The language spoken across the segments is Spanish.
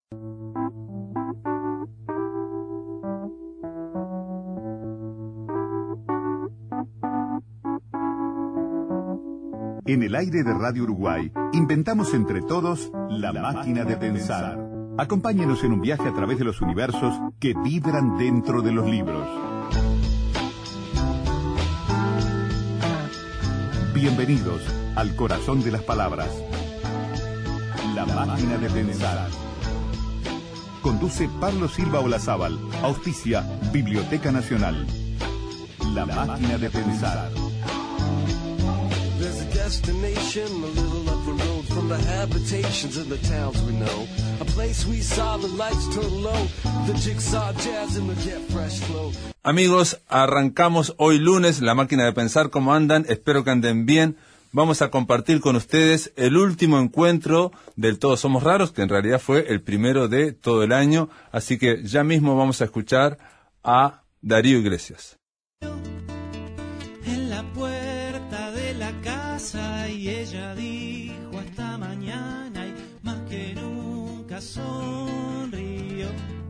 En el aire de Radio Uruguay, inventamos entre todos la máquina de pensar. Acompáñenos en un viaje a través de los universos que vibran dentro de los libros. Bienvenidos al corazón de las palabras. La máquina de pensar. Conduce Pablo Silva Olazábal. Auspicia Biblioteca Nacional. La máquina de pensar. There's a destination a little up the road from the habitations of the towns we know. A place we saw the lights turn low, the jigsaw jazz and the get fresh flow. Amigos, arrancamos hoy lunes La Máquina de Pensar. ¿Cómo andan? Espero que anden bien. Vamos a compartir con ustedes el último encuentro del Todos Somos Raros, que en realidad fue el primero de todo el año. Así que ya mismo vamos a escuchar a Darío Iglesias. En la puerta de la casa y ella dijo hasta mañana y más que nunca sonrió.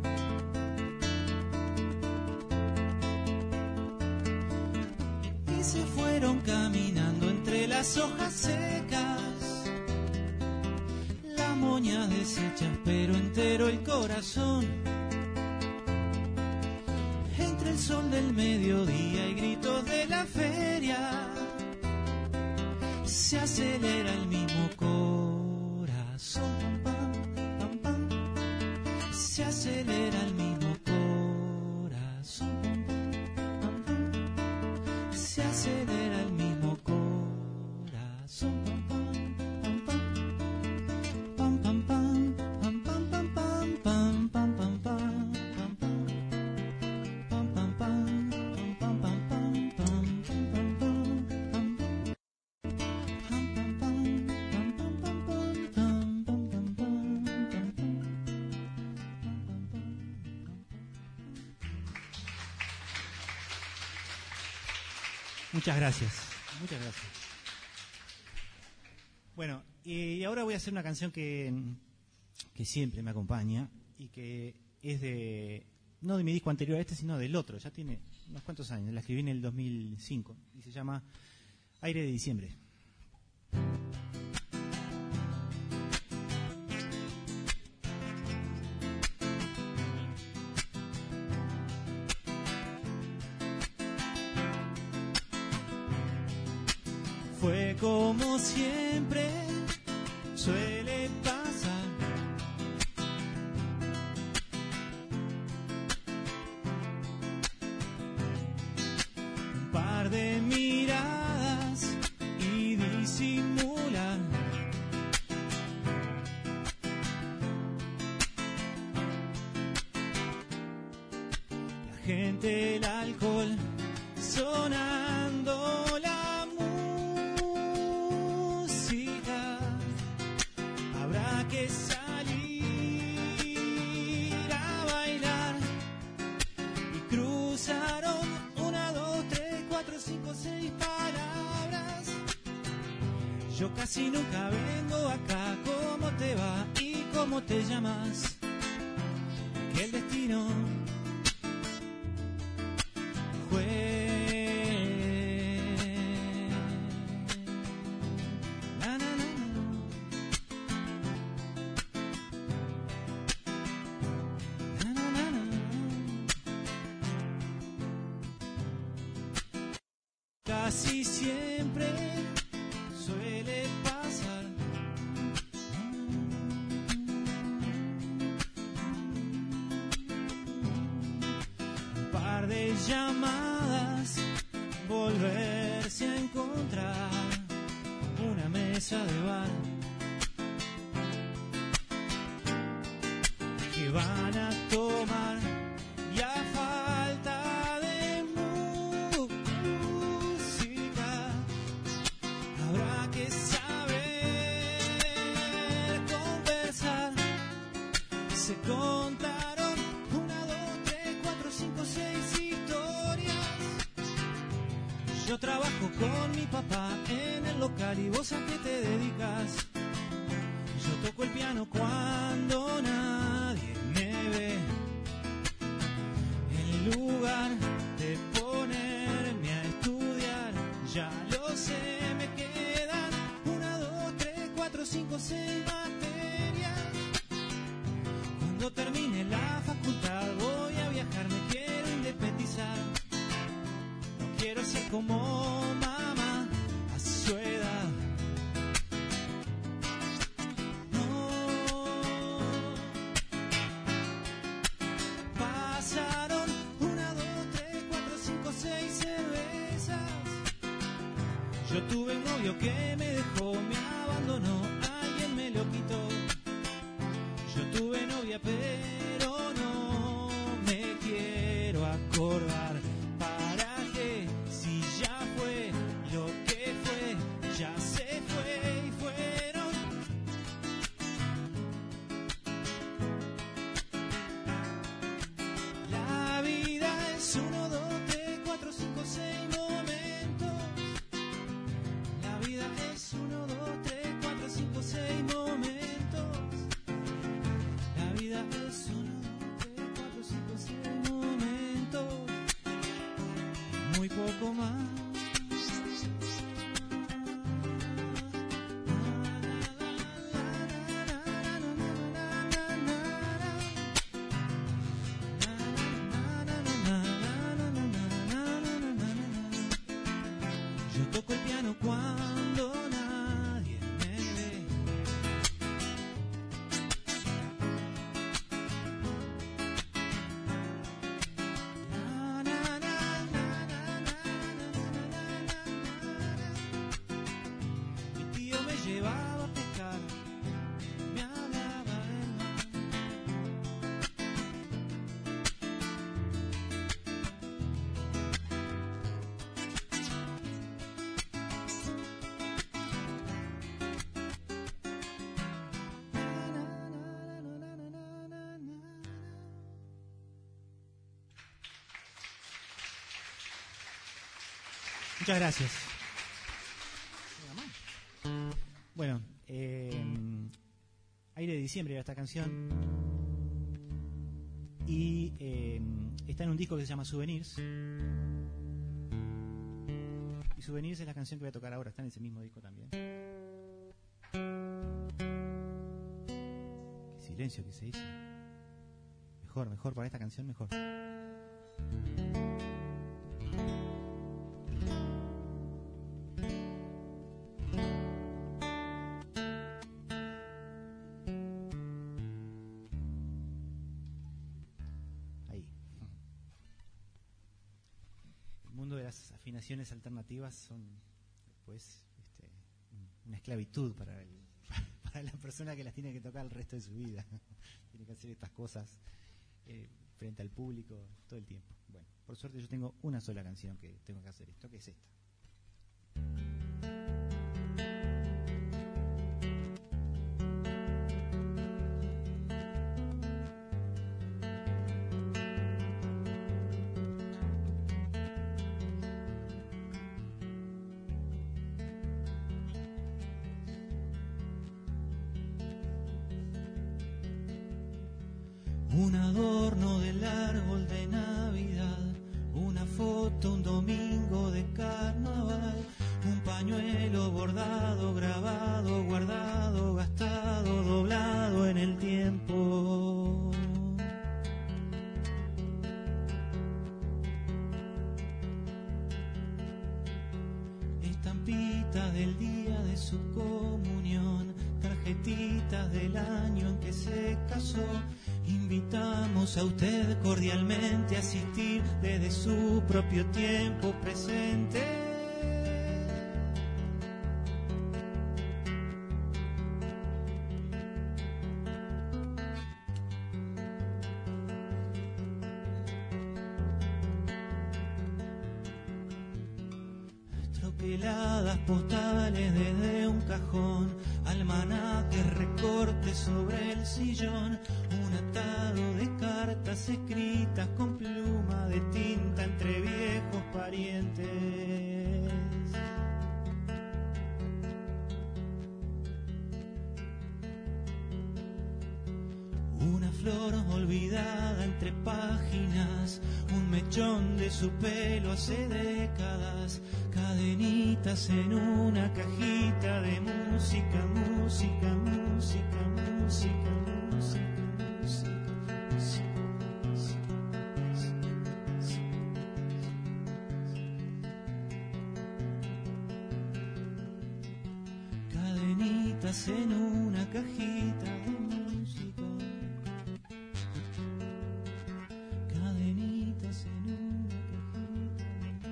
Y se fueron caminando entre las hojas secas, la moña deshecha pero entero el corazón. Entre el sol del mediodía y gritos de la feria, se acelera el mismo corazón. Pam, pam, pam, pam. Se acelera el mismo corazón. Pam, pam, pam. Se acelera el mismo corazón. Pam, pam, pam, pam, pam, pam, pam, pam, pam, pam, pam. Muchas gracias, muchas gracias. Bueno, y ahora voy a hacer una canción que siempre me acompaña y que es no de mi disco anterior a este, sino del otro, ya tiene unos cuantos años, la escribí en el 2005 y se llama Aire de Diciembre. Fue como siempre suele pasar. Un par de miradas y disimulan. La gente, el alcohol sonando. Que salir a bailar y cruzaron 1, 2, 3, 4, 5, 6 palabras. Yo casi nunca vengo acá. ¿Cómo te va y cómo te llamas? Que el destino fue. Casi siempre suele pasar. Un par de llamadas, volverse a encontrar, una mesa de bar que van a tomar y a falta que saber conversar. Se contaron 1, 2, 3, 4, 5, 6 historias. Yo trabajo con mi papá en el local y vos a qué te dedicas. Yo toco el piano cuando nadie como mamá a su edad. No, pasaron 1, 2, 3, 4, 5, 6 cervezas. Yo tuve un novio que me dejó, me abandonó, alguien me lo quitó. Yo tuve novia pero no me quiero acordar. ¿Para qué? Si ya fue lo que fue, ya se fue y fueron. La vida es 1, 2, 3, 4, 5, 6 momentos. La vida es 1, 2, 3, 4, 5, 6 momentos. La vida es 1, 2, 3, 4, 5, 6 momentos. Muy poco más. Yo toco el piano cuando nadie me ve. Mi tío me llevaba a pescar, me hablaba del mar. Muchas gracias. Bueno, Aire de Diciembre era esta canción. Y está en un disco que se llama Souvenirs. Y Souvenirs es la canción que voy a tocar ahora, está en ese mismo disco también. Qué silencio que se hizo. Mejor, para esta canción mejor. Las afinaciones alternativas son después una esclavitud para la persona que las tiene que tocar el resto de su vida. Tiene que hacer estas cosas frente al público todo el tiempo. Bueno, por suerte yo tengo una sola canción que tengo que hacer esto, que es esta. Un adorno del árbol de Navidad, una foto un domingo de carnaval, un pañuelo bordado, grabado, guardado, gastado, doblado en el tiempo. Estampitas del día de su comunión, tarjetitas del año en que se casó. Invitamos a usted cordialmente a asistir desde su propio tiempo presente. Troqueladas postales desde un cajón, almanaques, recortes sobre el sillón, un atado de cartas escritas con pluma de tinta entre viejos parientes. Una flor olvidada entre páginas, un mechón de su pelo hace décadas, cadenitas en una cajita de música, música, música, música, música. cadenitas en una cajita de música. Cadenitas en una cajita.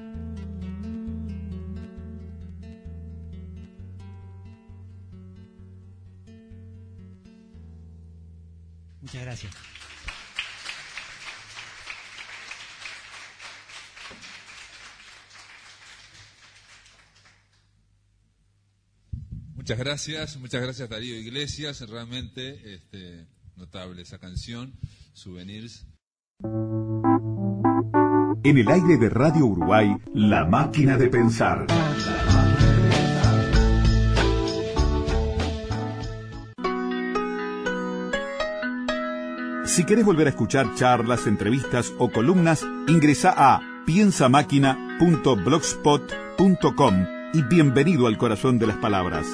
Muchas gracias. Muchas gracias Darío Iglesias, realmente notable esa canción, Souvenirs. En el aire de Radio Uruguay, La Máquina de Pensar. Si querés volver a escuchar charlas, entrevistas o columnas, ingresa a piensamáquina.blogspot.com y bienvenido al corazón de las palabras.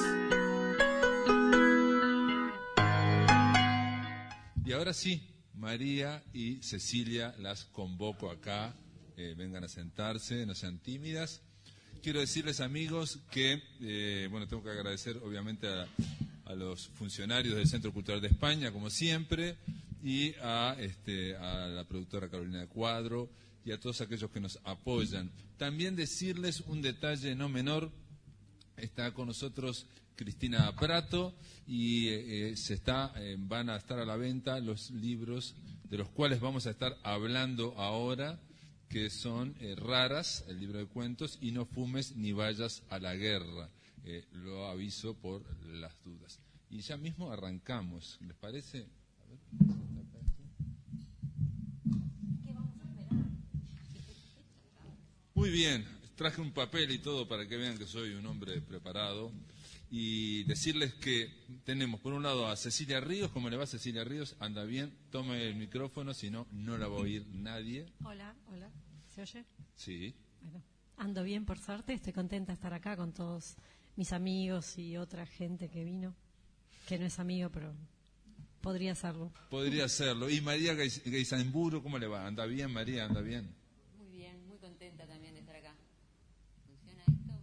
Y ahora sí, María y Cecilia las convoco acá, vengan a sentarse, no sean tímidas. Quiero decirles, amigos, que tengo que agradecer obviamente a los funcionarios del Centro Cultural de España, como siempre, y a la productora Carolina de Cuadro y a todos aquellos que nos apoyan. También decirles un detalle no menor, está con nosotros Cristina Prato y van a estar a la venta los libros de los cuales vamos a estar hablando ahora, que son Raras, el libro de cuentos, y No fumes ni vayas a la guerra. Lo aviso por las dudas. Y ya mismo arrancamos, ¿les parece? A ver. Muy bien, traje un papel y todo para que vean que soy un hombre preparado. Y decirles que tenemos por un lado a Cecilia Ríos. ¿Cómo le va, Cecilia Ríos? ¿Anda bien? Tome el micrófono, si no, no la va a oír nadie. Hola, ¿se oye? Sí. Bueno, ando bien por suerte, estoy contenta de estar acá con todos mis amigos y otra gente que vino, que no es amigo, pero podría serlo. Podría serlo. Y María Gaizamburu, ¿cómo le va? ¿Anda bien, María? ¿Anda bien? Muy bien, muy contenta también de estar acá. ¿Funciona esto?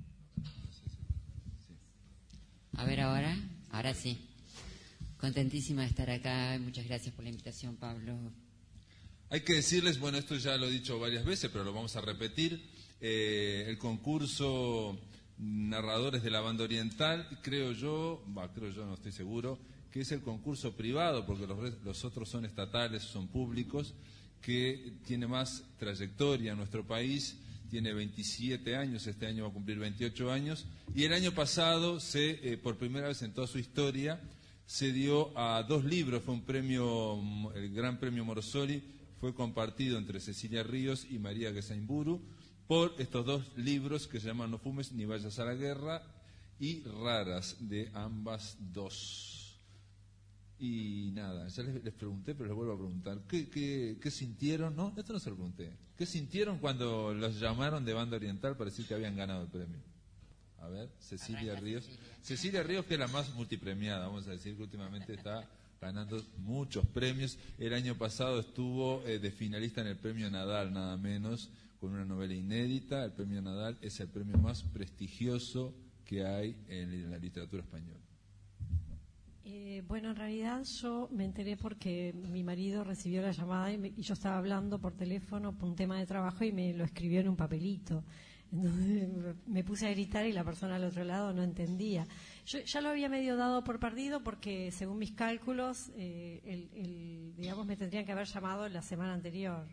A ver ahora sí. Contentísima de estar acá. Muchas gracias por la invitación, Pablo. Hay que decirles, bueno, esto ya lo he dicho varias veces, pero lo vamos a repetir. El concurso Narradores de la Banda Oriental, creo yo, no estoy seguro, que es el concurso privado, porque los otros son estatales, son públicos, que tiene más trayectoria en nuestro país. Tiene 27 años, este año va a cumplir 28 años, y el año pasado, por primera vez en toda su historia, se dio a 2 libros. Fue un premio, el Gran Premio Morosoli, fue compartido entre Cecilia Ríos y María Gaizamburu por estos 2 libros que se llaman No fumes ni vayas a la guerra y Raras, de ambas 2. Y nada, ya les pregunté, pero les vuelvo a preguntar. ¿Qué sintieron? No, esto no se lo pregunté. ¿Qué sintieron cuando los llamaron de Banda Oriental para decir que habían ganado el premio? A ver, Cecilia Ríos. Cecilia Ríos, que es la más multipremiada, vamos a decir que últimamente está ganando muchos premios. El año pasado estuvo de finalista en el Premio Nadal, nada menos, con una novela inédita. El Premio Nadal es el premio más prestigioso que hay en la literatura española. Bueno, en realidad yo me enteré porque mi marido recibió la llamada y yo estaba hablando por teléfono por un tema de trabajo y me lo escribió en un papelito. Entonces me puse a gritar y la persona al otro lado no entendía. Yo ya lo había medio dado por perdido porque, según mis cálculos, digamos, me tendrían que haber llamado la semana anterior.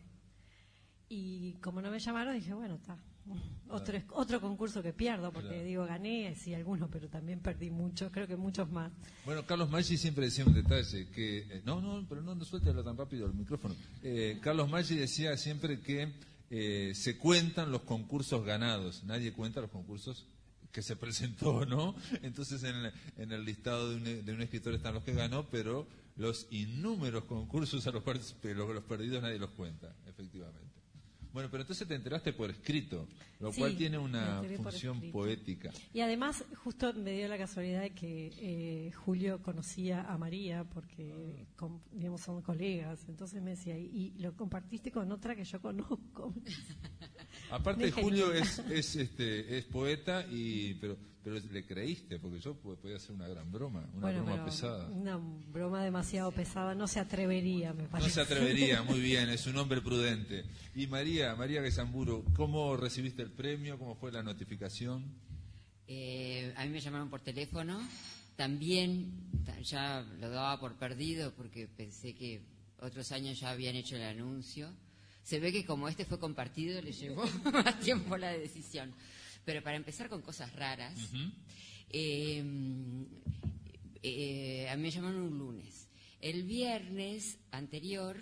Y como no me llamaron, dije, bueno, está. Otro concurso que pierdo, porque claro, digo, gané, sí, algunos, pero también perdí muchos, creo que muchos más. Bueno, Carlos Maggi siempre decía un detalle, que pero no suéltelo tan rápido el micrófono. Carlos Maggi decía siempre que se cuentan los concursos ganados, nadie cuenta los concursos que se presentó, ¿no? Entonces en el listado de un escritor están los que ganó, pero los innúmeros concursos a los perdidos nadie los cuenta, efectivamente. Bueno, pero entonces te enteraste por escrito, lo cual tiene una función poética. Y además, justo me dio la casualidad de que Julio conocía a María, porque digamos, son colegas. Entonces me decía, y lo compartiste con otra que yo conozco. Aparte, Julio es poeta, pero pero le creíste, porque yo podía hacer una gran broma, una Bueno, broma pero pesada. una broma demasiado pesada no se atrevería, me parece. No se atrevería, muy bien, es un hombre prudente. Y María Guesamburo, ¿cómo recibiste el premio? ¿Cómo fue la notificación? A mí me llamaron por teléfono. También ya lo daba por perdido porque pensé que otros años ya habían hecho el anuncio. Se ve que como este fue compartido le llevó más tiempo la decisión. Pero para empezar con cosas raras, a mí me llamaron un lunes. El viernes anterior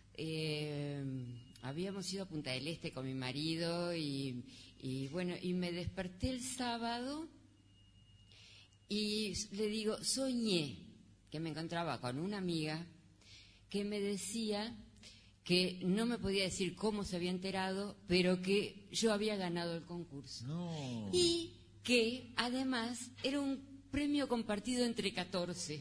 habíamos ido a Punta del Este con mi marido y me desperté el sábado y le digo, soñé que me encontraba con una amiga que me decía que no me podía decir cómo se había enterado, pero que yo había ganado el concurso. No. Y que además era un premio compartido entre 14.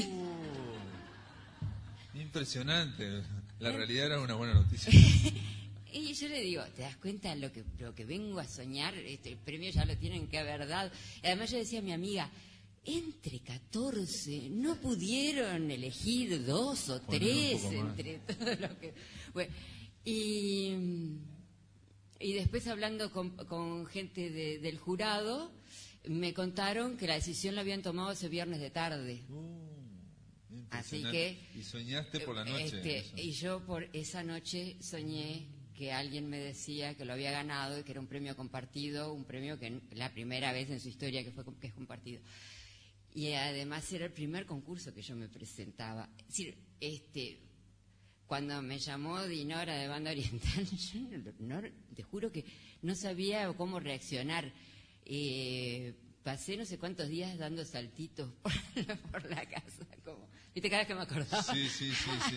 Impresionante. La realidad era una buena noticia. Y yo le digo, ¿te das cuenta lo que vengo a soñar? El premio ya lo tienen que haber dado. Y además yo decía a mi amiga, entre 14, no pudieron elegir 2 o 3 entre todo lo que... Bueno, y después hablando con gente del jurado, me contaron que la decisión la habían tomado ese viernes de tarde. Así que... Y soñaste por la noche. Y yo por esa noche soñé que alguien me decía que lo había ganado y que era un premio compartido, un premio que la primera vez en su historia que es compartido. Y además era el primer concurso que yo me presentaba. Es decir, cuando me llamó Dinora de Banda Oriental, yo te juro que no sabía cómo reaccionar. Pasé no sé cuántos días dando saltitos por la casa, como, ¿viste? Cada vez que me acordaba. Sí.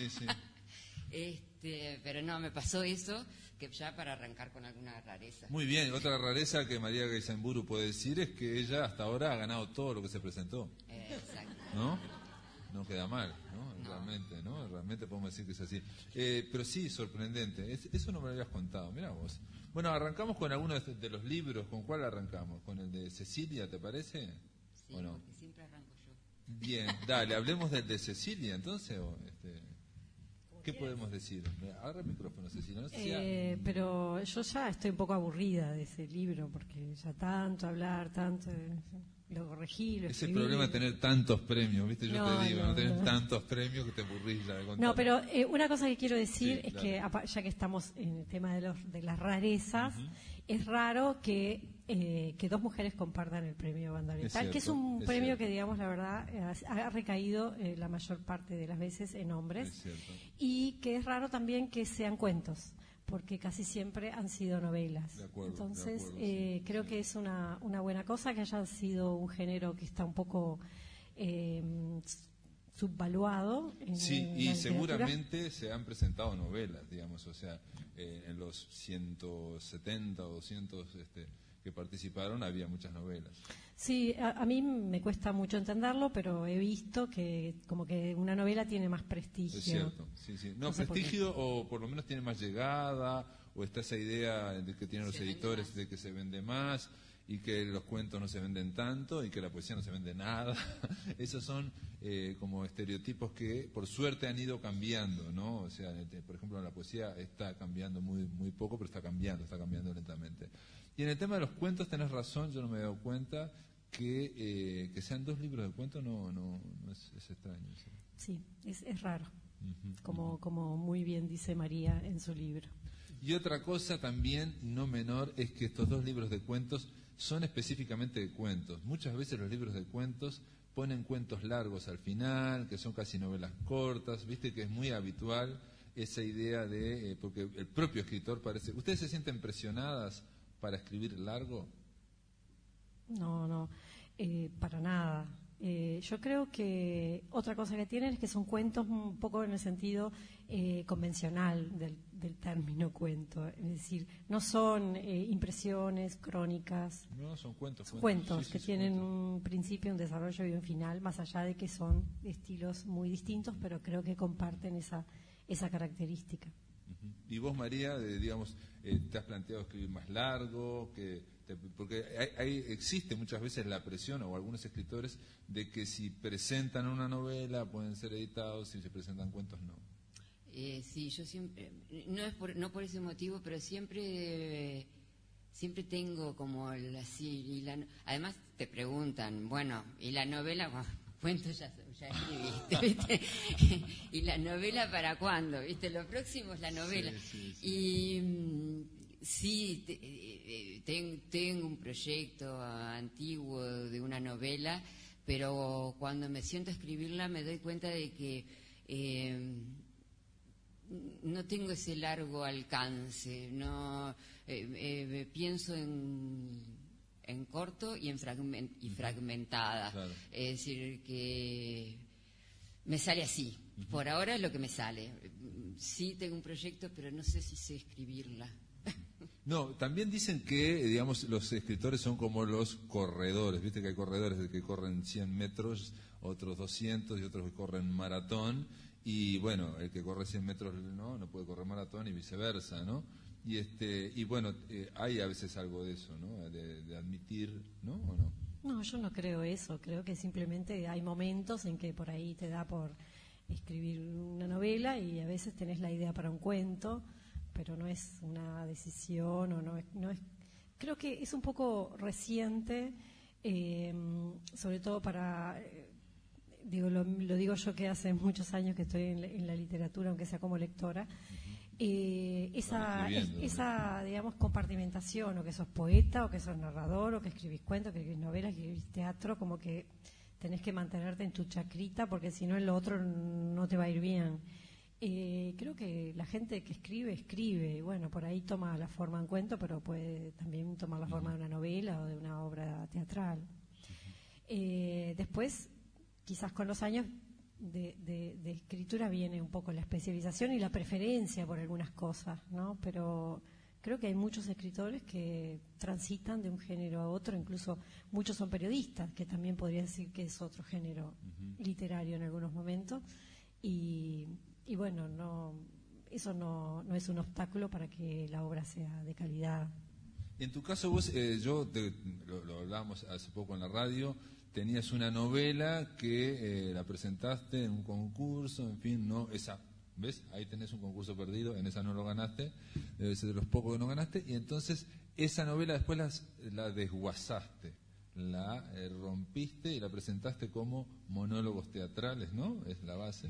Pero no, me pasó eso, que ya para arrancar con alguna rareza. Muy bien, otra rareza que María Guesamburu puede decir es que ella hasta ahora ha ganado todo lo que se presentó. Exacto. ¿No? No queda mal, ¿no? Realmente, ¿no? Realmente podemos decir que es así. Pero sí, sorprendente. Eso no me lo habías contado, mirá vos. Bueno, arrancamos con algunos de los libros. ¿Con cuál arrancamos? ¿Con el de Cecilia, te parece? Sí, ¿O no? porque siempre arranco yo. Bien, dale, hablemos del de Cecilia, entonces. ¿Qué podemos decir? Agarra el micrófono, Cecilia. No sé si pero yo ya estoy un poco aburrida de ese libro, porque ya tanto hablar, tanto... Lo corregí, lo ese escribí. problema de tener tantos premios, ¿viste? Yo te digo, no tener no. tantos premios que te aburrís ya de contar. No, pero una cosa que quiero decir Sí, es dale. que, ya que estamos en el tema de las rarezas, es raro que 2 mujeres compartan el premio Banda Oriental, que es un premio cierto. que, digamos, la verdad, ha recaído la mayor parte de las veces en hombres. Es cierto. Y que es raro también que sean cuentos, porque casi siempre han sido novelas. De acuerdo, Entonces, sí, creo que es una buena cosa que haya sido un género que está un poco subvaluado. Sí, en y la literatura. seguramente se han presentado novelas, digamos, o sea, en los 170 o 200 que participaron había muchas novelas. Sí, a mí me cuesta mucho entenderlo, pero he visto que como que una novela tiene más prestigio. Es cierto, sí. No, No sé por qué. prestigio o por lo menos tiene más llegada, o está esa idea de que tienen los Se vende editores más. de que se vende más y que los cuentos no se venden tanto y que la poesía no se vende nada. Esos son como estereotipos que por suerte han ido cambiando, ¿no? O sea, por ejemplo, la poesía está cambiando muy poco, pero está cambiando lentamente. Y en el tema de los cuentos tenés razón, yo no me he dado cuenta que sean 2 libros de cuentos no es extraño. ¿Sí? Sí, es raro, como muy bien dice María en su libro. Y otra cosa también no menor es que estos 2 libros de cuentos son específicamente de cuentos. Muchas veces los libros de cuentos ponen cuentos largos al final, que son casi novelas cortas, viste que es muy habitual esa idea de... porque el propio escritor parece... ¿Ustedes se sienten presionadas para escribir largo? No, para nada. Yo creo que otra cosa que tienen es que son cuentos un poco en el sentido convencional del término cuento. Es decir, no son impresiones, crónicas. No, son cuentos. Son cuentos Sí, que son tienen cuentos. un principio, un desarrollo y un final, más allá de que son estilos muy distintos, pero creo que comparten esa característica. Y vos, María, digamos, ¿te has planteado escribir más largo? Porque existe muchas veces la presión, o algunos escritores, de que si presentan una novela pueden ser editados, si se presentan cuentos no. Sí, yo siempre, no por ese motivo, pero siempre tengo como así, además te preguntan, bueno, ¿y la novela? Bueno, cuento ya escribiste, ¿viste? ¿Y la novela para cuándo? ¿Viste? Lo próximo es la novela. Sí. Y sí, tengo un proyecto antiguo de una novela, pero cuando me siento a escribirla me doy cuenta de que no tengo ese largo alcance, no pienso en corto y fragmentada. Claro. Es decir, que me sale así. Por ahora es lo que me sale. Sí tengo un proyecto, pero no sé si sé escribirla. No, también dicen que, digamos, los escritores son como los corredores. Viste que hay corredores que corren 100 metros, otros 200 y otros que corren maratón. Y bueno, el que corre 100 metros no puede correr maratón y viceversa, ¿no? Y bueno, hay a veces algo de eso, ¿no? De admitir, ¿no? ¿O no? No, yo no creo eso. Creo que simplemente hay momentos en que por ahí te da por escribir una novela y a veces tenés la idea para un cuento, pero no es una decisión o no es. Creo que es un poco reciente, sobre todo para. Lo digo yo que hace muchos años que estoy en la literatura, aunque sea como lectora. Esa, digamos, compartimentación, o que sos poeta, o que sos narrador, o que escribís cuentos, que escribís novelas, que escribís teatro, como que tenés que mantenerte en tu chacrita, porque si no, en lo otro no te va a ir bien. Creo que la gente que escribe, y bueno, por ahí toma la forma en cuento, pero puede también tomar la forma de una novela o de una obra teatral. Después, quizás con los años de escritura viene un poco la especialización y la preferencia por algunas cosas, ¿no? Pero creo que hay muchos escritores que transitan de un género a otro, incluso muchos son periodistas, que también podría decir que es otro género literario en algunos momentos, y bueno, eso no es un obstáculo para que la obra sea de calidad. En tu caso, vos, lo hablábamos hace poco en la radio, tenías una novela que la presentaste en un concurso, en fin, no esa, ¿ves? Ahí tenés un concurso perdido, en esa no lo ganaste, debe ser de los pocos que no ganaste, y entonces esa novela después la desguazaste, la rompiste y la presentaste como monólogos teatrales, ¿no? Es la base.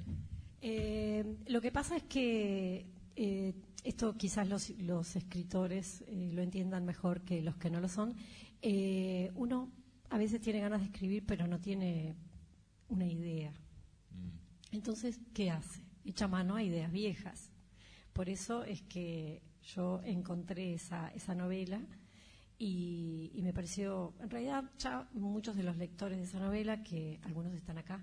Lo que pasa es que esto quizás los escritores lo entiendan mejor que los que no lo son. Uno a veces tiene ganas de escribir, pero no tiene una idea. Entonces, ¿qué hace? Echa mano a ideas viejas. Por eso es que yo encontré esa novela y me pareció, en realidad, ya muchos de los lectores de esa novela, que algunos están acá,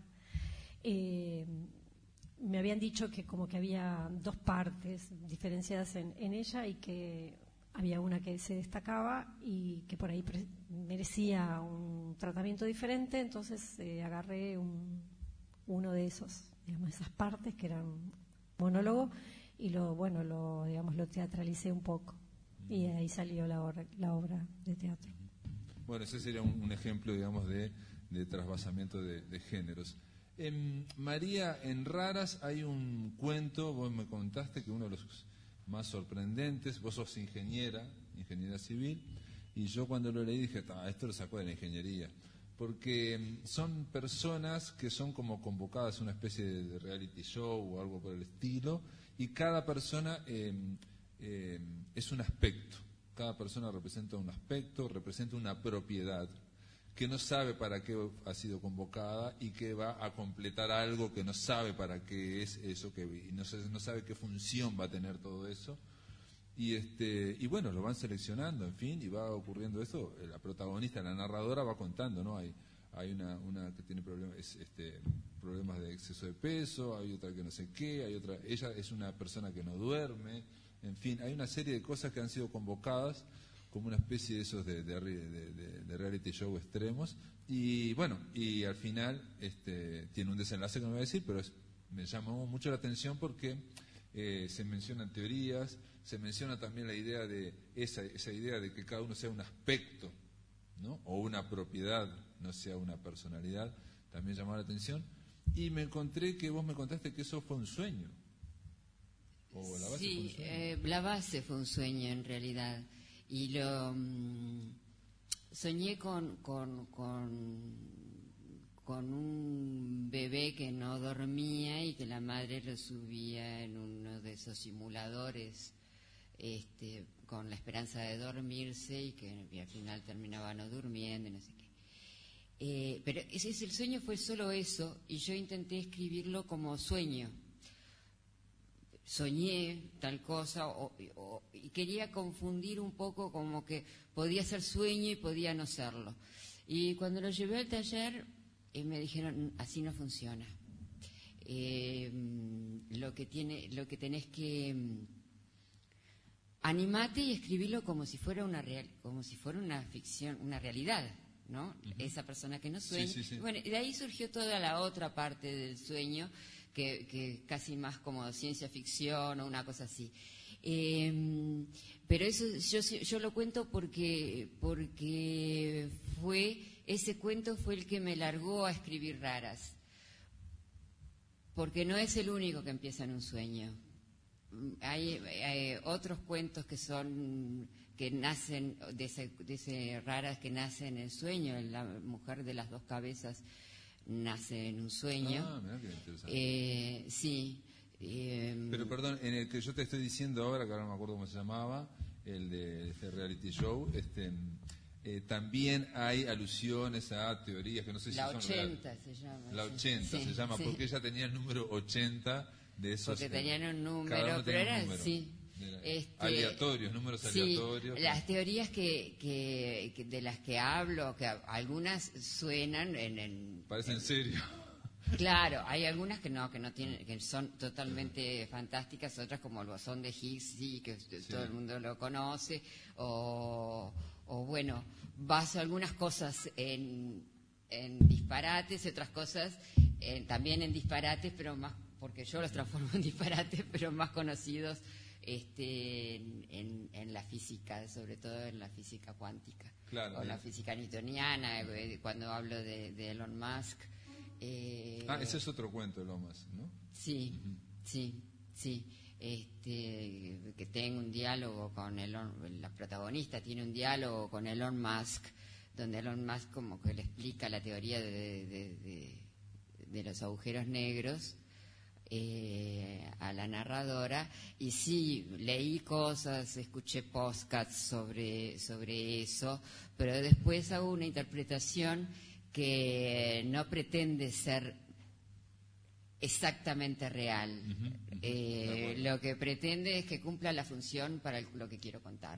me habían dicho que como que había dos partes diferenciadas en ella, y que había una que se destacaba y que por ahí merecía un tratamiento diferente. Entonces agarré uno de esos, digamos, esas partes que eran monólogo, y lo teatralicé un poco, y ahí salió la obra de teatro. Bueno, ese sería un ejemplo, digamos, de trasvasamiento de géneros. María, en Raras hay un cuento, vos me contaste que uno de los más sorprendentes, vos sos ingeniera civil, y yo cuando lo leí dije, esto lo sacó de la ingeniería, porque son personas que son como convocadas a una especie de reality show o algo por el estilo, y cada persona es un aspecto, cada persona representa un aspecto, representa una propiedad, que no sabe para qué ha sido convocada y que va a completar algo que no sabe para qué es eso, y no sabe qué función va a tener todo eso. Y bueno, lo van seleccionando, en fin, y va ocurriendo eso. La protagonista, la narradora, va contando, ¿no? Hay una que tiene problemas de exceso de peso, hay otra que no sé qué, hay otra, ella es una persona que no duerme, en fin, hay una serie de cosas que han sido convocadas como una especie de esos de reality show extremos, y bueno, y al final tiene un desenlace que no voy a decir, pero me llamó mucho la atención porque se mencionan teorías, se menciona también la idea de esa idea de que cada uno sea un aspecto, ¿no? O una propiedad, no sea una personalidad, también llamó la atención. Y me encontré que vos me contaste que eso fue un sueño. ¿O la base sí, fue un sueño? La base fue un sueño en realidad. Y lo soñé con un bebé que no dormía y que la madre lo subía en uno de esos simuladores con la esperanza de dormirse y al final terminaba no durmiendo y no sé qué. Pero el sueño fue solo eso y yo intenté escribirlo como sueño. Soñé tal cosa y quería confundir un poco, como que podía ser sueño y podía no serlo. Y cuando lo llevé al taller me dijeron, así no funciona. Lo que tenés que animate y escribirlo como si fuera una ficción, una realidad, ¿no? Uh-huh. Esa persona que no sueña. Sí, sí, sí. Bueno, de ahí surgió toda la otra parte del sueño, que casi más como ciencia ficción o una cosa así. Pero eso yo lo cuento porque ese cuento fue el que me largó a escribir Raras. Porque no es el único que empieza en un sueño. Hay otros cuentos que nacen de ese Raras, que nace en el sueño. La mujer de las dos cabezas nace en un sueño. Ah, mirá qué interesante. Sí. Pero perdón, en el que yo te estoy diciendo ahora, que ahora no me acuerdo cómo se llamaba, el de este reality show, también hay alusiones a teorías que no sé si la son 80 reales. Se llama. La 80 sí, se llama, sí. Porque ella tenía el número 80 de esos. Porque tenían un número, cada uno pero tenía un era número. sí. Aleatorios, números aleatorios. Las teorías que de las que hablo, que algunas suenan parecen serio. Claro, hay algunas que no tienen, que son totalmente fantásticas, otras como el bosón de Higgs, sí, que todo el mundo lo conoce, o bueno, baso algunas cosas en disparates, otras cosas también en disparates, pero más, porque yo los transformo en disparates, pero más conocidos en la física, sobre todo en la física cuántica, claro, o la física newtoniana, cuando hablo de Elon Musk. Ese es otro cuento de Lomas, ¿no? Sí, uh-huh. sí. Que tenga un diálogo con la protagonista tiene un diálogo con Elon Musk, donde Elon Musk como que le explica la teoría de los agujeros negros a la narradora, y sí, leí cosas, escuché podcasts sobre eso, pero después hago una interpretación que no pretende ser exactamente real. Uh-huh. Lo que pretende es que cumpla la función para lo que quiero contar.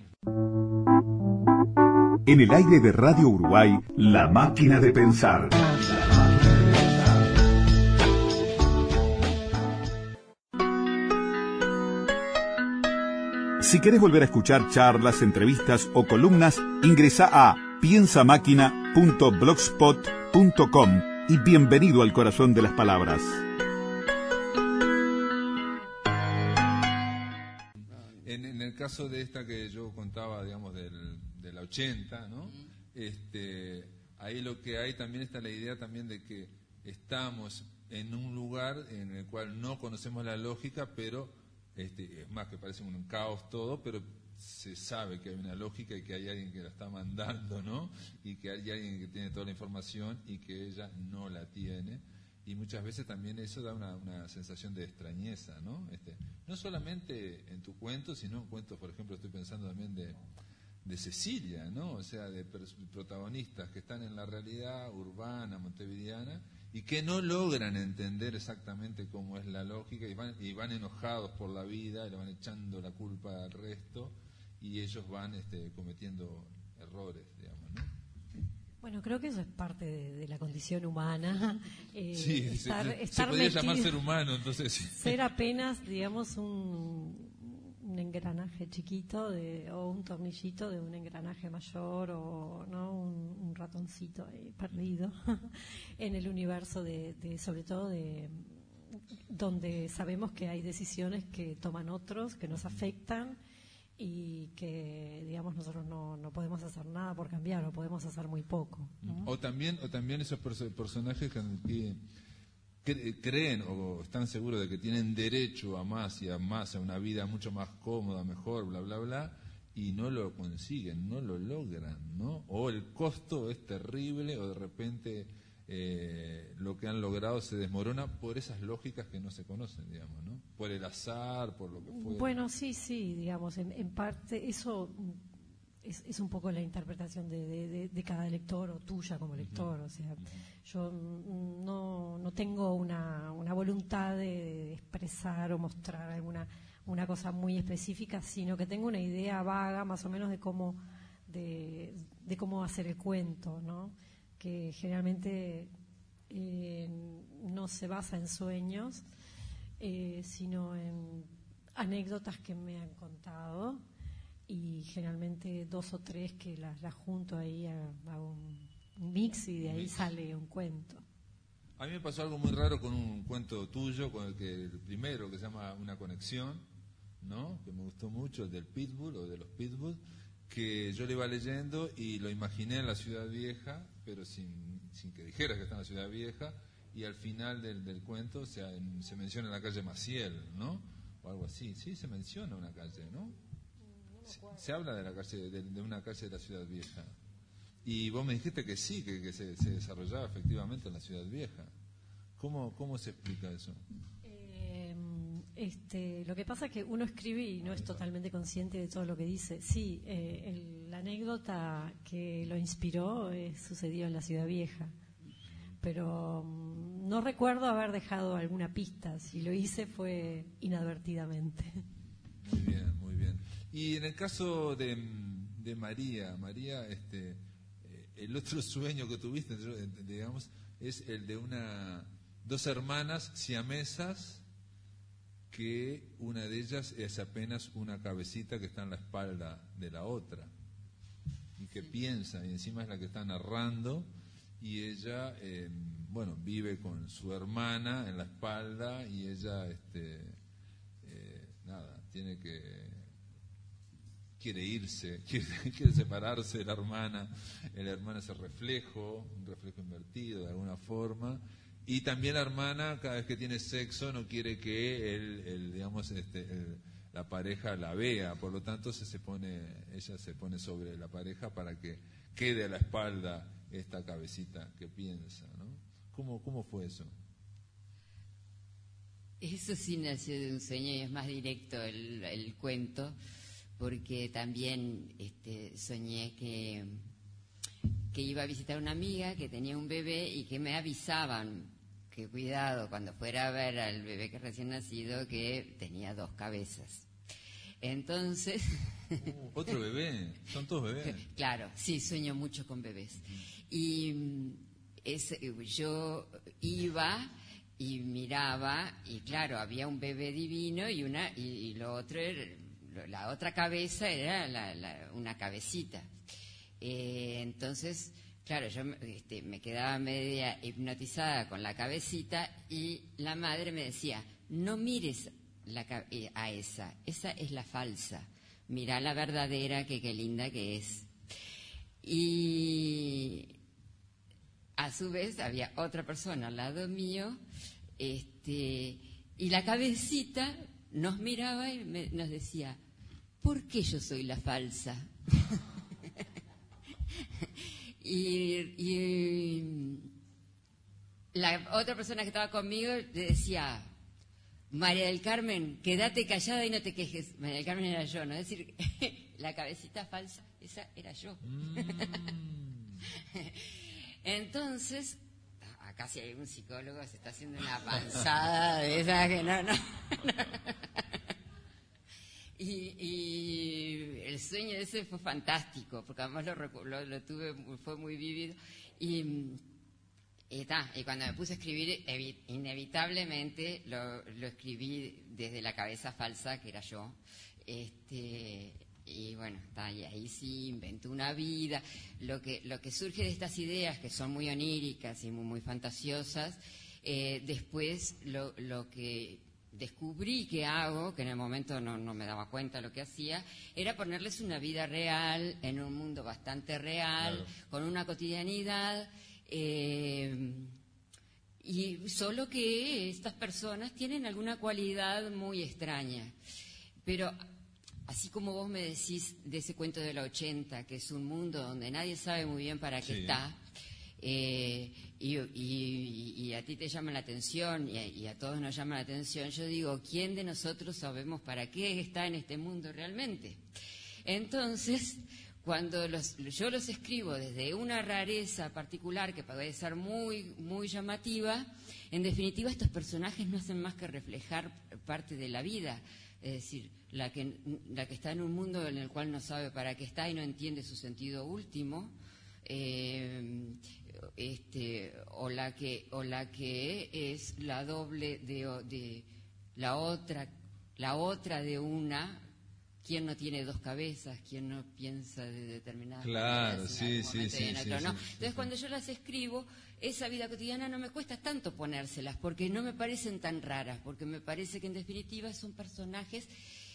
En el aire de Radio Uruguay, La Máquina de Pensar. Si querés volver a escuchar charlas, entrevistas o columnas, ingresa a piensamáquina.blogspot.com y bienvenido al corazón de las palabras. En el caso de esta que yo contaba, digamos, de la 80, ¿no? Ahí lo que hay también está la idea también de que estamos en un lugar en el cual no conocemos la lógica, pero es más que parece un caos todo, pero se sabe que hay una lógica y que hay alguien que la está mandando, ¿no? Y que hay alguien que tiene toda la información y que ella no la tiene. Y muchas veces también eso da una sensación de extrañeza, ¿no? No solamente en tu cuento, sino en cuentos, por ejemplo, estoy pensando también de Cecilia, ¿no? O sea, de protagonistas que están en la realidad urbana, montevideana, y que no logran entender exactamente cómo es la lógica, y van enojados por la vida, y le van echando la culpa al resto, y ellos van cometiendo errores, digamos, ¿no? Bueno, creo que eso es parte de la condición humana. Sí, estar se podría metido, llamar ser humano, entonces sí. Ser apenas, digamos, un engranaje chiquito o un tornillito de un engranaje mayor, o no un ratoncito perdido en el universo sobre todo de donde sabemos que hay decisiones que toman otros, que nos afectan y que, digamos, nosotros no podemos hacer nada por cambiar, o podemos hacer muy poco, ¿no? O también esos personajes que creen o están seguros de que tienen derecho a más y a más, a una vida mucho más cómoda, mejor, bla, bla, bla, y no lo consiguen, no lo logran, ¿no? O el costo es terrible, o de repente lo que han logrado se desmorona por esas lógicas que no se conocen, digamos, ¿no? Por el azar, por lo que fue. Bueno, sí, digamos, en parte eso es un poco la interpretación de cada lector, o tuya como lector. O sea, yo no tengo una voluntad de expresar o mostrar una cosa muy específica, sino que tengo una idea vaga más o menos de cómo hacer el cuento, ¿no? Que generalmente no se basa en sueños, sino en anécdotas que me han contado, y generalmente 2 o 3 que las junto ahí, hago un mix y de ahí sale un cuento. A mí me pasó algo muy raro con un cuento tuyo, con el primero, que se llama Una conexión, ¿no? Que me gustó mucho, el del Pitbull, o de los Pitbull, que yo lo iba leyendo y lo imaginé en la Ciudad Vieja, pero sin que dijeras que está en la Ciudad Vieja, y al final del cuento se menciona la calle Maciel, ¿no? O algo así. Sí, se menciona una calle, ¿no? Se habla de la calle, de una calle de la Ciudad Vieja. Y vos me dijiste que sí, que se desarrollaba efectivamente en la Ciudad Vieja. ¿Cómo se explica eso? Lo que pasa es que uno escribe y no es totalmente consciente de todo lo que dice. Sí, la anécdota que lo inspiró sucedió en la Ciudad Vieja, pero no recuerdo haber dejado alguna pista. Si lo hice fue inadvertidamente. Muy bien, muy bien. Y en el caso de María, el otro sueño que tuviste, digamos, es el de dos hermanas siamesas, que una de ellas es apenas una cabecita que está en la espalda de la otra, y que piensa, y encima es la que está narrando, y ella, vive con su hermana en la espalda, y ella, quiere irse, quiere separarse de la hermana es el reflejo, un reflejo invertido de alguna forma. Y también la hermana, cada vez que tiene sexo, no quiere que la pareja la vea, por lo tanto ella se pone sobre la pareja para que quede a la espalda esta cabecita que piensa, ¿no? ¿Cómo fue eso? Eso sí nació de un sueño, y es más directo el cuento, porque también soñé que iba a visitar a una amiga que tenía un bebé, y que me avisaban que cuidado cuando fuera a ver al bebé que recién nacido, que tenía 2 cabezas. Entonces... ¿Otro bebé? ¿Son todos bebés? Claro, sí, sueño mucho con bebés. Y yo iba y miraba, y claro, había un bebé divino, y lo otro era, la otra cabeza era una cabecita. Entonces, claro, yo me quedaba media hipnotizada con la cabecita, y la madre me decía: no mires a esa es la falsa, mirá la verdadera, que qué linda que es. Y a su vez había otra persona al lado mío, y la cabecita nos miraba y nos decía: ¿por qué yo soy la falsa? Y la otra persona que estaba conmigo le decía: María del Carmen, quédate callada y no te quejes. María del Carmen era yo, ¿no? Es decir, la cabecita falsa, esa era yo. Entonces, acá si hay un psicólogo se está haciendo una panzada de esa que no. Y el sueño ese fue fantástico, porque además lo tuve, fue muy vívido. Y cuando me puse a escribir, inevitablemente lo escribí desde la cabeza falsa, que era yo. Y bueno, y ahí sí inventé una vida. Lo que surge de estas ideas, que son muy oníricas y muy, muy fantasiosas, Después lo que descubrí que hago, que en el momento no me daba cuenta lo que hacía, era ponerles una vida real, en un mundo bastante real, Claro. con una cotidianidad, y solo que estas personas tienen alguna cualidad muy extraña. Pero así como vos me decís de ese cuento de la 80, que es un mundo donde nadie sabe muy bien para qué Sí. está, y a ti te llama la atención y a todos nos llama la atención, yo digo, ¿quién de nosotros sabemos para qué está en este mundo realmente? Entonces, cuando yo los escribo desde una rareza particular que puede ser muy, muy llamativa, en definitiva estos personajes no hacen más que reflejar parte de la vida. Es decir, la que está en un mundo en el cual no sabe para qué está y no entiende su sentido último, o la que es la doble de la otra de una. ¿Quién no tiene dos cabezas? ¿Quién no piensa de determinadas Claro, maneras en sí, algún sí, momento y en sí, otro sí, no? sí, Entonces, sí. cuando yo las escribo, esa vida cotidiana no me cuesta tanto ponérselas, porque no me parecen tan raras, porque me parece que en definitiva son personajes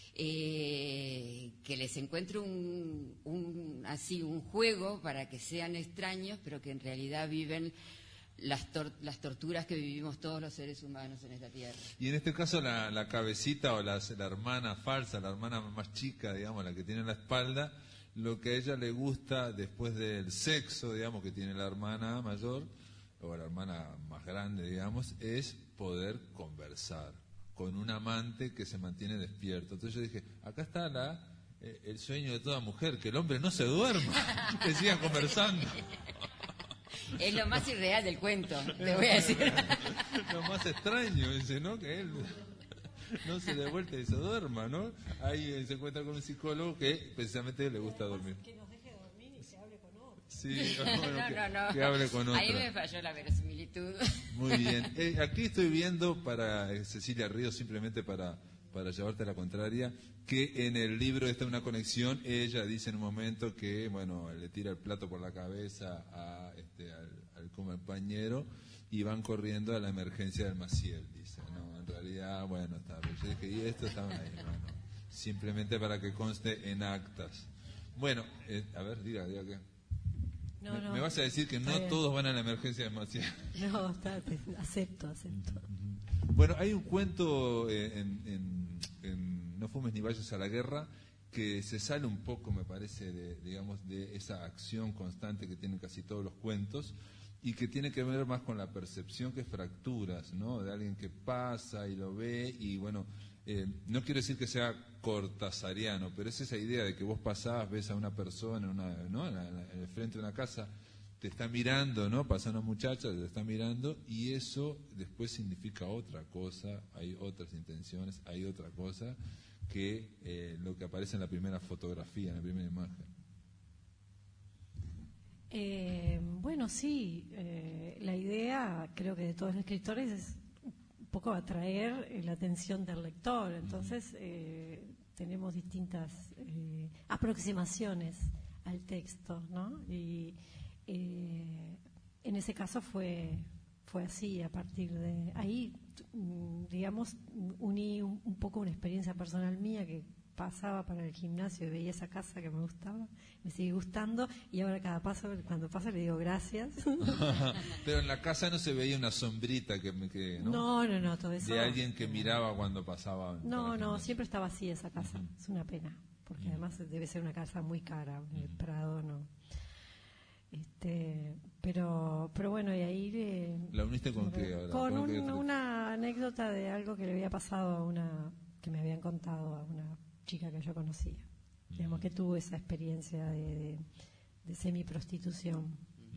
que les encuentro un juego para que sean extraños, pero que en realidad viven las torturas que vivimos todos los seres humanos en esta tierra. Y en este caso la cabecita o la hermana falsa, la hermana más chica, digamos, la que tiene en la espalda, lo que a ella le gusta después del sexo, digamos, que tiene la hermana mayor, o la hermana más grande, digamos, es poder conversar con un amante que se mantiene despierto. Entonces yo dije, acá está el sueño de toda mujer, que el hombre no se duerma, que siga conversando. Es lo más irreal del cuento, te voy a decir. Lo más extraño, dice, ¿no? Que él no se dé vuelta y se duerma, ¿no? Ahí se encuentra con un psicólogo que precisamente le gusta dormir. Que nos deje dormir y se hable con otro. Sí, bueno, No. que hable con Ahí otra. me falló la verosimilitud. Muy bien. Aquí estoy viendo para Cecilia Ríos, simplemente para llevarte a la contraria, que en el libro está una conexión. Ella dice en un momento que, bueno, le tira el plato por la cabeza al compañero y van corriendo a la emergencia del Maciel, dice. No, en realidad, bueno, está bien. Yo dije, y esto estaba ahí, bueno, simplemente para que conste en actas. Bueno, a ver, diga que... No, me vas a decir que está no bien. todos van a la emergencia del Maciel. No, acepto. Bueno, hay un cuento en No fumes ni vayas a la guerra que se sale un poco, me parece, de esa acción constante que tienen casi todos los cuentos y que tiene que ver más con la percepción que fracturas, ¿no? De alguien que pasa y lo ve y bueno, no quiero decir que sea cortasariano, pero es esa idea de que vos pasás, ves a una persona ¿no? en el frente de una casa, te está mirando, ¿no? Pasa una muchacha, te está mirando y eso después significa otra cosa, hay otras intenciones, hay otra cosa que lo que aparece en la primera fotografía, en la primera imagen. Bueno, sí, la idea creo que de todos los escritores es un poco atraer la atención del lector, entonces tenemos distintas aproximaciones al texto, ¿no? Y en ese caso fue así, a partir de ahí, digamos, uní un poco una experiencia personal mía que pasaba para el gimnasio y veía esa casa que me gustaba, me sigue gustando y ahora cuando pasa le digo gracias. Pero en la casa no se veía una sombrita ¿no? No, todo eso. De alguien que miraba cuando pasaba. No, siempre está vacía esa casa, es una pena, porque además debe ser una casa muy cara, en el Prado no. Pero bueno, y ahí ¿La uniste con qué ahora? con ¿Con qué? una anécdota de algo que le había pasado que me habían contado a una chica que yo conocía, digamos, que tuvo esa experiencia de semiprostitución.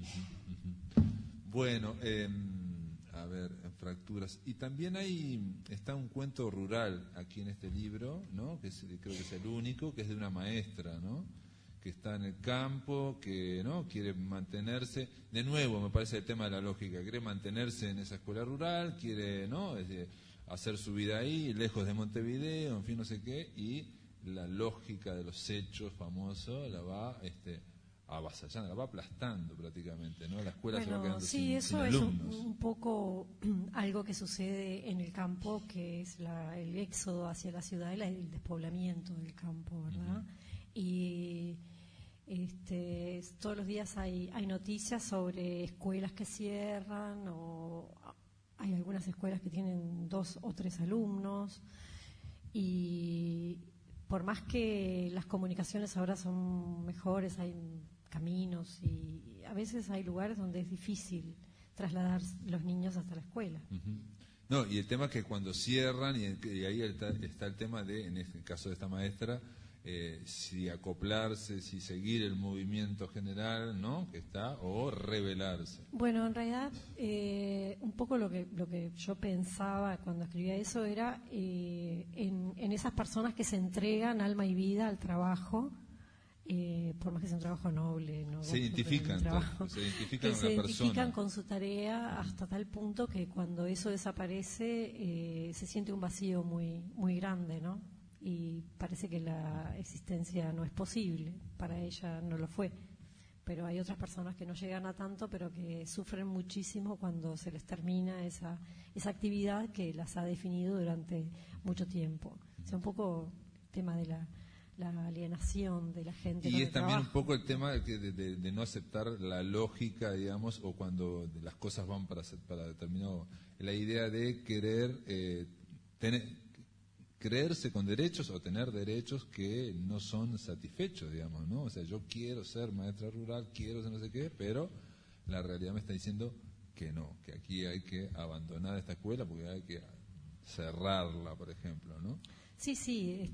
Bueno, a ver, en fracturas. Y también está un cuento rural aquí en este libro, ¿no? Que creo que es el único, que es de una maestra, ¿no? Que está en el campo, que no quiere mantenerse, de nuevo me parece el tema de la lógica, quiere mantenerse en esa escuela rural, quiere hacer su vida ahí, lejos de Montevideo, en fin, no sé qué, y la lógica de los hechos famosos la va avasallando, la va aplastando prácticamente, ¿no? La escuela se va Bueno, quedando sí, sin eso es alumnos. un poco algo que sucede en el campo, que es el éxodo hacia la ciudad y el despoblamiento del campo, ¿verdad? Y todos los días hay noticias sobre escuelas que cierran, o hay algunas escuelas que tienen 2 o 3 alumnos, y por más que las comunicaciones ahora son mejores, hay caminos y a veces hay lugares donde es difícil trasladar los niños hasta la escuela. Ujú. No, y el tema es que cuando cierran, y ahí está el tema de, en este caso de esta maestra, si acoplarse, si seguir el movimiento general, ¿no?, que está, o rebelarse. Bueno, en realidad, un poco lo que yo pensaba cuando escribía eso era en esas personas que se entregan alma y vida al trabajo, por más que sea un trabajo noble, ¿no? Se identifican, se identifican que con se la identifican persona. con su tarea hasta tal punto que cuando eso desaparece se siente un vacío muy, muy grande, ¿no? Y parece que la existencia no es posible, para ella no lo fue. Pero hay otras personas que no llegan a tanto, pero que sufren muchísimo cuando se les termina esa actividad que las ha definido durante mucho tiempo. O sea, un poco el tema de la alienación de la gente. Y es también un trabajo. poco el tema de no aceptar la lógica, digamos, o cuando las cosas van para determinado. La idea de querer creerse con derechos o tener derechos que no son satisfechos, digamos, ¿no? O sea, yo quiero ser maestra rural, quiero ser no sé qué, pero la realidad me está diciendo que no, que aquí hay que abandonar esta escuela porque hay que cerrarla, por ejemplo, ¿no? Sí,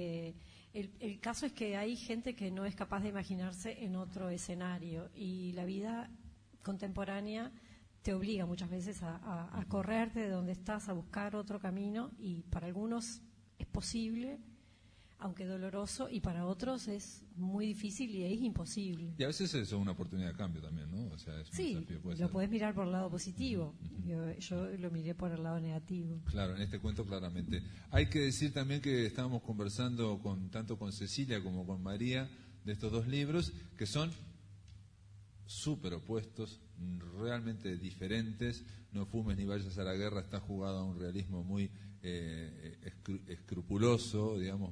el caso es que hay gente que no es capaz de imaginarse en otro escenario, y la vida contemporánea te obliga muchas veces a correrte de donde estás, a buscar otro camino, y para algunos es posible, aunque doloroso, y para otros es muy difícil y es imposible. Y a veces eso es una oportunidad de cambio también, ¿no? O sea, es un Sí, desafío, puede lo ser. podés mirar por el lado positivo. Yo lo miré por el lado negativo. Claro, en este cuento claramente. Hay que decir también que estábamos conversando tanto con Cecilia como con María de estos 2 libros, que son súper opuestos, realmente diferentes. No fumes ni vayas a la guerra está jugado a un realismo muy escrupuloso, digamos,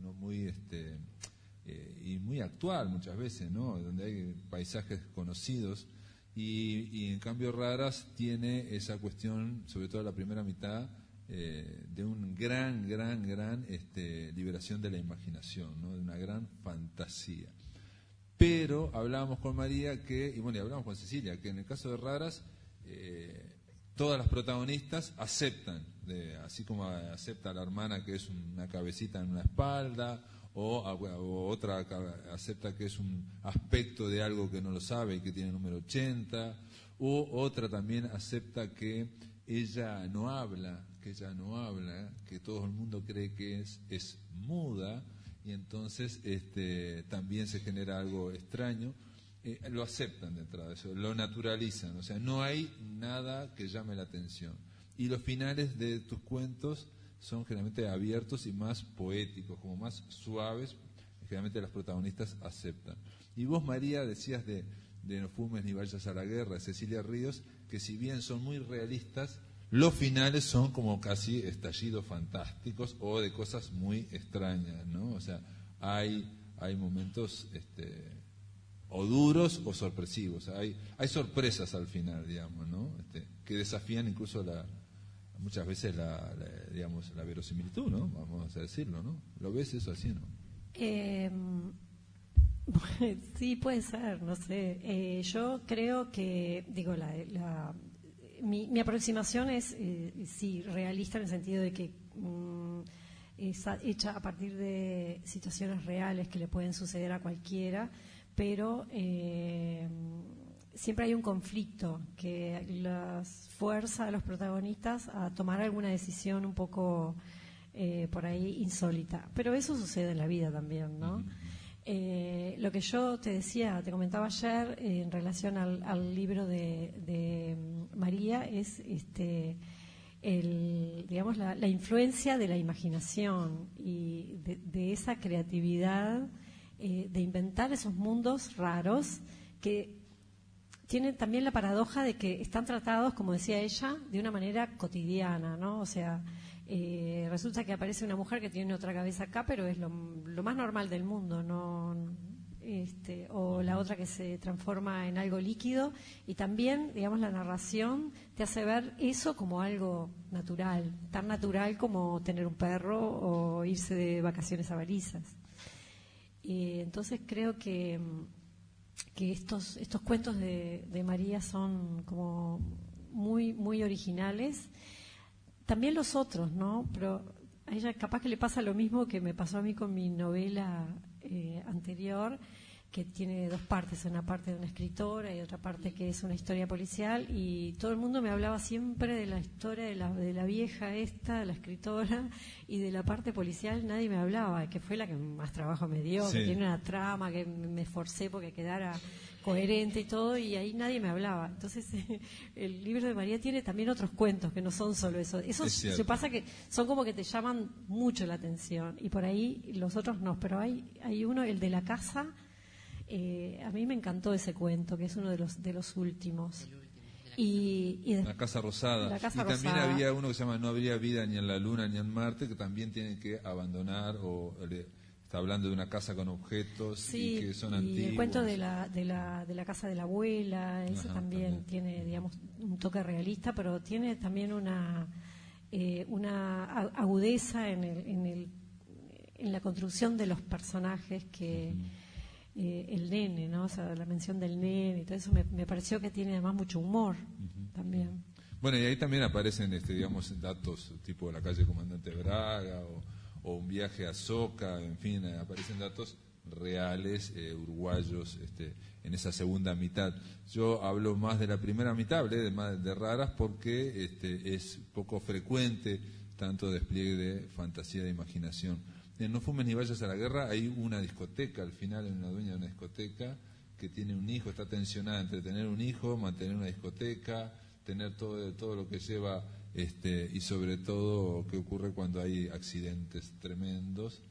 y muy actual muchas veces, ¿no? Donde hay paisajes conocidos, y en cambio Raras tiene esa cuestión, sobre todo la primera mitad, de un gran liberación de la imaginación, ¿no? De una gran fantasía. Pero hablábamos con María y hablamos con Cecilia, que en el caso de Raras, todas las protagonistas aceptan, así como acepta la hermana que es una cabecita en una espalda, o otra acepta que es un aspecto de algo que no lo sabe y que tiene número 80, u otra también acepta que ella no habla, que todo el mundo cree que es muda, y entonces también se genera algo extraño. Lo aceptan de entrada, eso, lo naturalizan, o sea, no hay nada que llame la atención. Y los finales de tus cuentos son generalmente abiertos y más poéticos, como más suaves, generalmente las protagonistas aceptan. Y vos, María, decías de No fumes ni vayas a la guerra, de Cecilia Ríos, que si bien son muy realistas, los finales son como casi estallidos fantásticos o de cosas muy extrañas, ¿no? O sea, hay momentos o duros o sorpresivos. Hay sorpresas al final, digamos, ¿no? Que desafían incluso muchas veces la verosimilitud, ¿no? Vamos a decirlo, ¿no? ¿Lo ves eso así, no? Sí, puede ser, no sé. Yo creo que, mi aproximación es, sí, realista, en el sentido de que está hecha a partir de situaciones reales que le pueden suceder a cualquiera, pero siempre hay un conflicto que las fuerza a los protagonistas a tomar alguna decisión un poco por ahí insólita. Pero eso sucede en la vida también, ¿no? Lo que yo te comentaba ayer en relación al libro de María es la influencia de la imaginación y de esa creatividad de inventar esos mundos raros que tienen también la paradoja de que están tratados, como decía ella, de una manera cotidiana, ¿no? O sea, resulta que aparece una mujer que tiene otra cabeza acá, pero es lo más normal del mundo, ¿no? O la otra que se transforma en algo líquido, y también, digamos, la narración te hace ver eso como algo natural, tan natural como tener un perro o irse de vacaciones a Balizas. Entonces creo que estos cuentos de María son como muy, muy originales. También los otros, ¿no? Pero a ella capaz que le pasa lo mismo que me pasó a mí con mi novela anterior, que tiene dos partes, una parte de una escritora y otra parte que es una historia policial, y todo el mundo me hablaba siempre de la historia de la vieja esta, de la escritora, y de la parte policial nadie me hablaba, que fue la que más trabajo me dio, Sí. que tiene una trama, que me esforcé porque quedara coherente y todo, y ahí nadie me hablaba. Entonces el libro de María tiene también otros cuentos que no son solo eso. Esos se pasa que son como que te llaman mucho la atención, y por ahí los otros no, pero hay uno, el de la casa. A mí me encantó ese cuento, que es uno de los últimos. La Casa Rosada. La Casa y también Rosada. había uno que se llama No habría vida ni en la Luna ni en Marte, que también tienen que abandonar, está hablando de una casa con objetos Sí, y que son y antiguos. el cuento de la casa de la abuela, ese Ajá, también tiene, digamos, un toque realista, pero tiene también una agudeza en la construcción de los personajes que... el nene, ¿no? O sea, la mención del nene y todo eso me pareció que tiene además mucho humor también. Bueno, y ahí también aparecen, digamos, datos tipo la calle Comandante Braga o un viaje a Soca, en fin, aparecen datos reales, uruguayos, en esa segunda mitad. Yo hablo más de la primera mitad, hablé de raras porque es poco frecuente tanto despliegue de fantasía, de imaginación. En No fumes ni vayas a la guerra hay una discoteca, al final hay una dueña de una discoteca que tiene un hijo, está tensionada entre tener un hijo, mantener una discoteca, tener todo lo que lleva, y sobre todo qué ocurre cuando hay accidentes tremendos,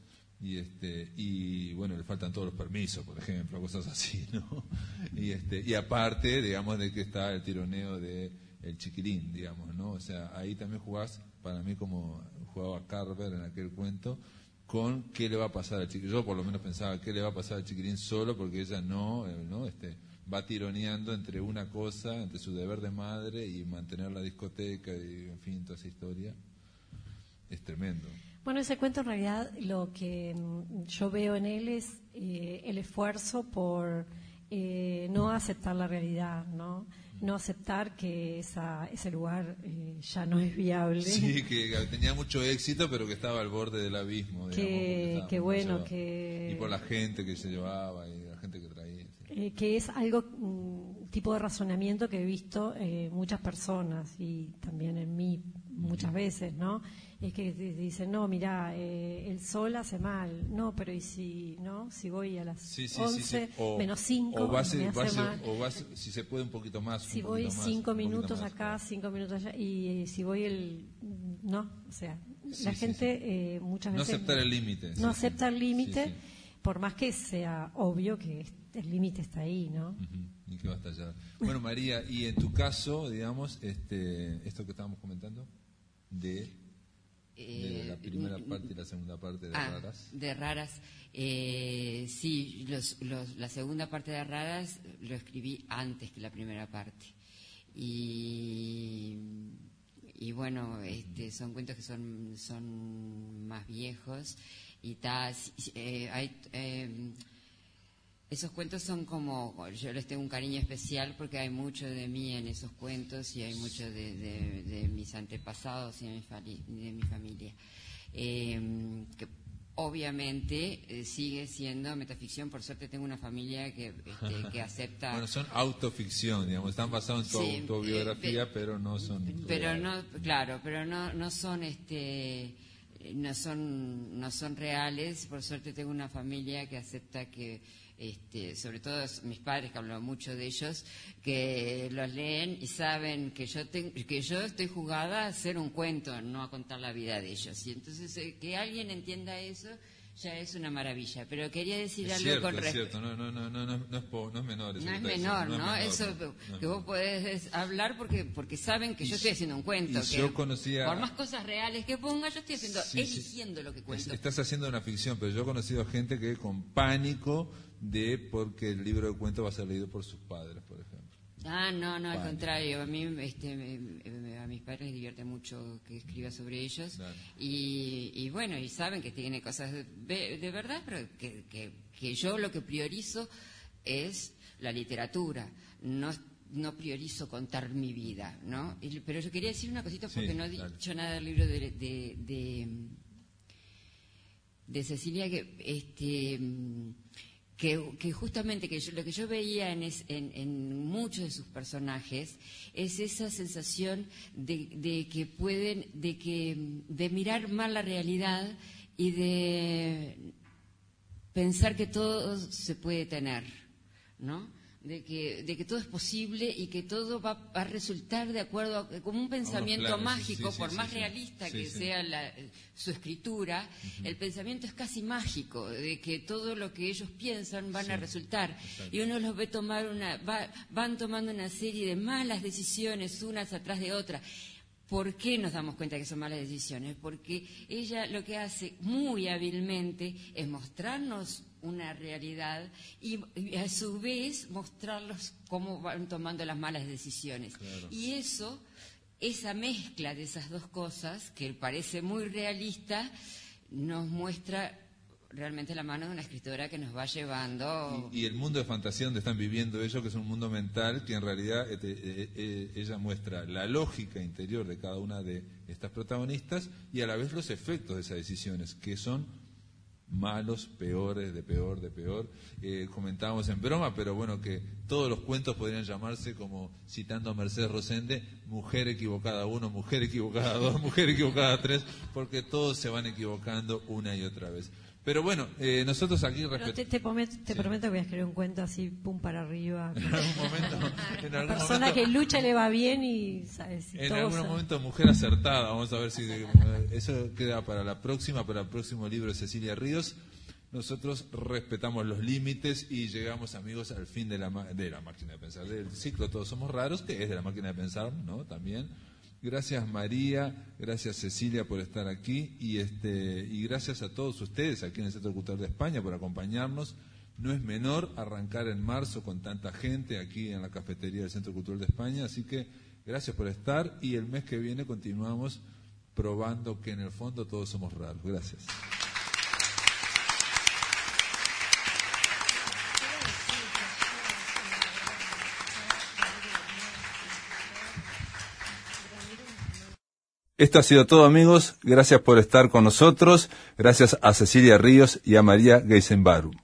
y bueno, le faltan todos los permisos, por ejemplo, cosas así, ¿no? Y aparte, digamos, de que está el tironeo de el chiquilín, digamos, ¿no? O sea, ahí también jugás, para mí como jugaba Carver en aquel cuento, con qué le va a pasar al chiquilín. Yo por lo menos pensaba qué le va a pasar al chiquilín solo, porque ella no va tironeando entre una cosa, entre su deber de madre y mantener la discoteca y en fin, toda esa historia. Es tremendo. Bueno, ese cuento en realidad lo que yo veo en él es el esfuerzo por no aceptar la realidad, ¿no? No aceptar que ese lugar ya no es viable. Sí, que tenía mucho éxito, pero que estaba al borde del abismo. Digamos, que bueno, que... Y por la gente que se llevaba y la gente que traía. Sí. Que es algo, tipo de razonamiento que he visto muchas personas y también en mí muchas veces, ¿no? Es que te dicen, no, mira, el sol hace mal, no, pero ¿y si voy a las 11 menos 5, me hace mal? O vas, si se puede, un poquito más. Si voy 5 minutos acá, 5 minutos allá, y si voy no, o sea, la gente muchas veces... No aceptar el límite. No acepta el límite, por más que sea obvio que el límite está ahí, ¿no? Y que va hasta allá. Bueno, María, y en tu caso, digamos, esto que estábamos comentando, de la primera parte y la segunda parte de Raras. De Raras. Sí, la segunda parte de Raras lo escribí antes que la primera parte. Y bueno, son cuentos que son más viejos y esos cuentos son como, yo les tengo un cariño especial porque hay mucho de mí en esos cuentos y hay mucho de mis antepasados y de mi familia. Que obviamente sigue siendo metaficción. Por suerte tengo una familia que acepta... Bueno, son autoficción, digamos, están basados en tu autobiografía, pero no son... Pero no, claro, pero no son no son reales. Por suerte tengo una familia que acepta que sobre todo mis padres, que hablo mucho de ellos, que los leen y saben que yo estoy jugada a hacer un cuento, no a contar la vida de ellos. Y entonces que alguien entienda eso ya es una maravilla. Pero quería decir Es algo cierto, con es respecto. cierto, no es menor. Eso No que es está menor, diciendo, ¿no? es Eso menor, no es que vos podés hablar porque saben que yo estoy haciendo un cuento. y Que yo conocía- por más cosas reales que ponga, yo estoy haciendo, Sí, sí. eligiendo lo que cuento. Estás haciendo una ficción, pero yo he conocido gente que con pánico porque el libro de cuentos va a ser leído por sus padres, por ejemplo. Ah, no, al Pánico. contrario. A mí, a mis padres les divierte mucho que escriba sobre ellos. Claro. Y bueno, y saben que tiene cosas de verdad, pero que yo lo que priorizo es la literatura. No priorizo contar mi vida, ¿no? Pero yo quería decir una cosita porque Sí, no he dale. dicho nada del libro de Cecilia, que justamente lo que yo veía en muchos de sus personajes es esa sensación de mirar mal la realidad y de pensar que todo se puede tener, ¿no? De que todo es posible y que todo va a resultar de acuerdo como un pensamiento planes, mágico, sí, por sí, más sí. realista Sí, que sí. sea su escritura, el pensamiento es casi mágico, de que todo lo que ellos piensan van a resultar. exacto. Y uno los ve tomar van tomando una serie de malas decisiones, unas atrás de otras. ¿Por qué nos damos cuenta que son malas decisiones? Porque ella lo que hace muy hábilmente es mostrarnos una realidad y a su vez mostrarlos cómo van tomando las malas decisiones. Claro. Y esa mezcla de esas dos cosas, que parece muy realista, nos muestra realmente la mano de una escritora que nos va llevando... Y el mundo de fantasía donde están viviendo ellos, que es un mundo mental, que en realidad ella muestra la lógica interior de cada una de estas protagonistas y a la vez los efectos de esas decisiones, que son malos, peores, de peor. Comentábamos en broma, pero bueno, que todos los cuentos podrían llamarse, como citando a Mercedes Rosende, mujer equivocada 1, mujer equivocada 2, mujer equivocada 3, porque todos se van equivocando una y otra vez. Pero bueno, nosotros aquí Pero te prometo que voy a escribir un cuento así, pum para arriba. En algún momento, La persona que lucha le va bien y sabes. en algún momento mujer acertada. Vamos a ver si eso queda para el próximo libro de Cecilia Ríos. Nosotros respetamos los límites y llegamos, amigos, al fin de la máquina de pensar, del ciclo Todos Somos Raros, que es de la máquina de pensar, ¿no? También. Gracias María, gracias Cecilia por estar aquí y gracias a todos ustedes aquí en el Centro Cultural de España por acompañarnos. No es menor arrancar en marzo con tanta gente aquí en la cafetería del Centro Cultural de España, así que gracias por estar y el mes que viene continuamos probando que en el fondo todos somos raros. Gracias. Esto ha sido todo, amigos. Gracias por estar con nosotros. Gracias a Cecilia Ríos y a María Geisenbaru.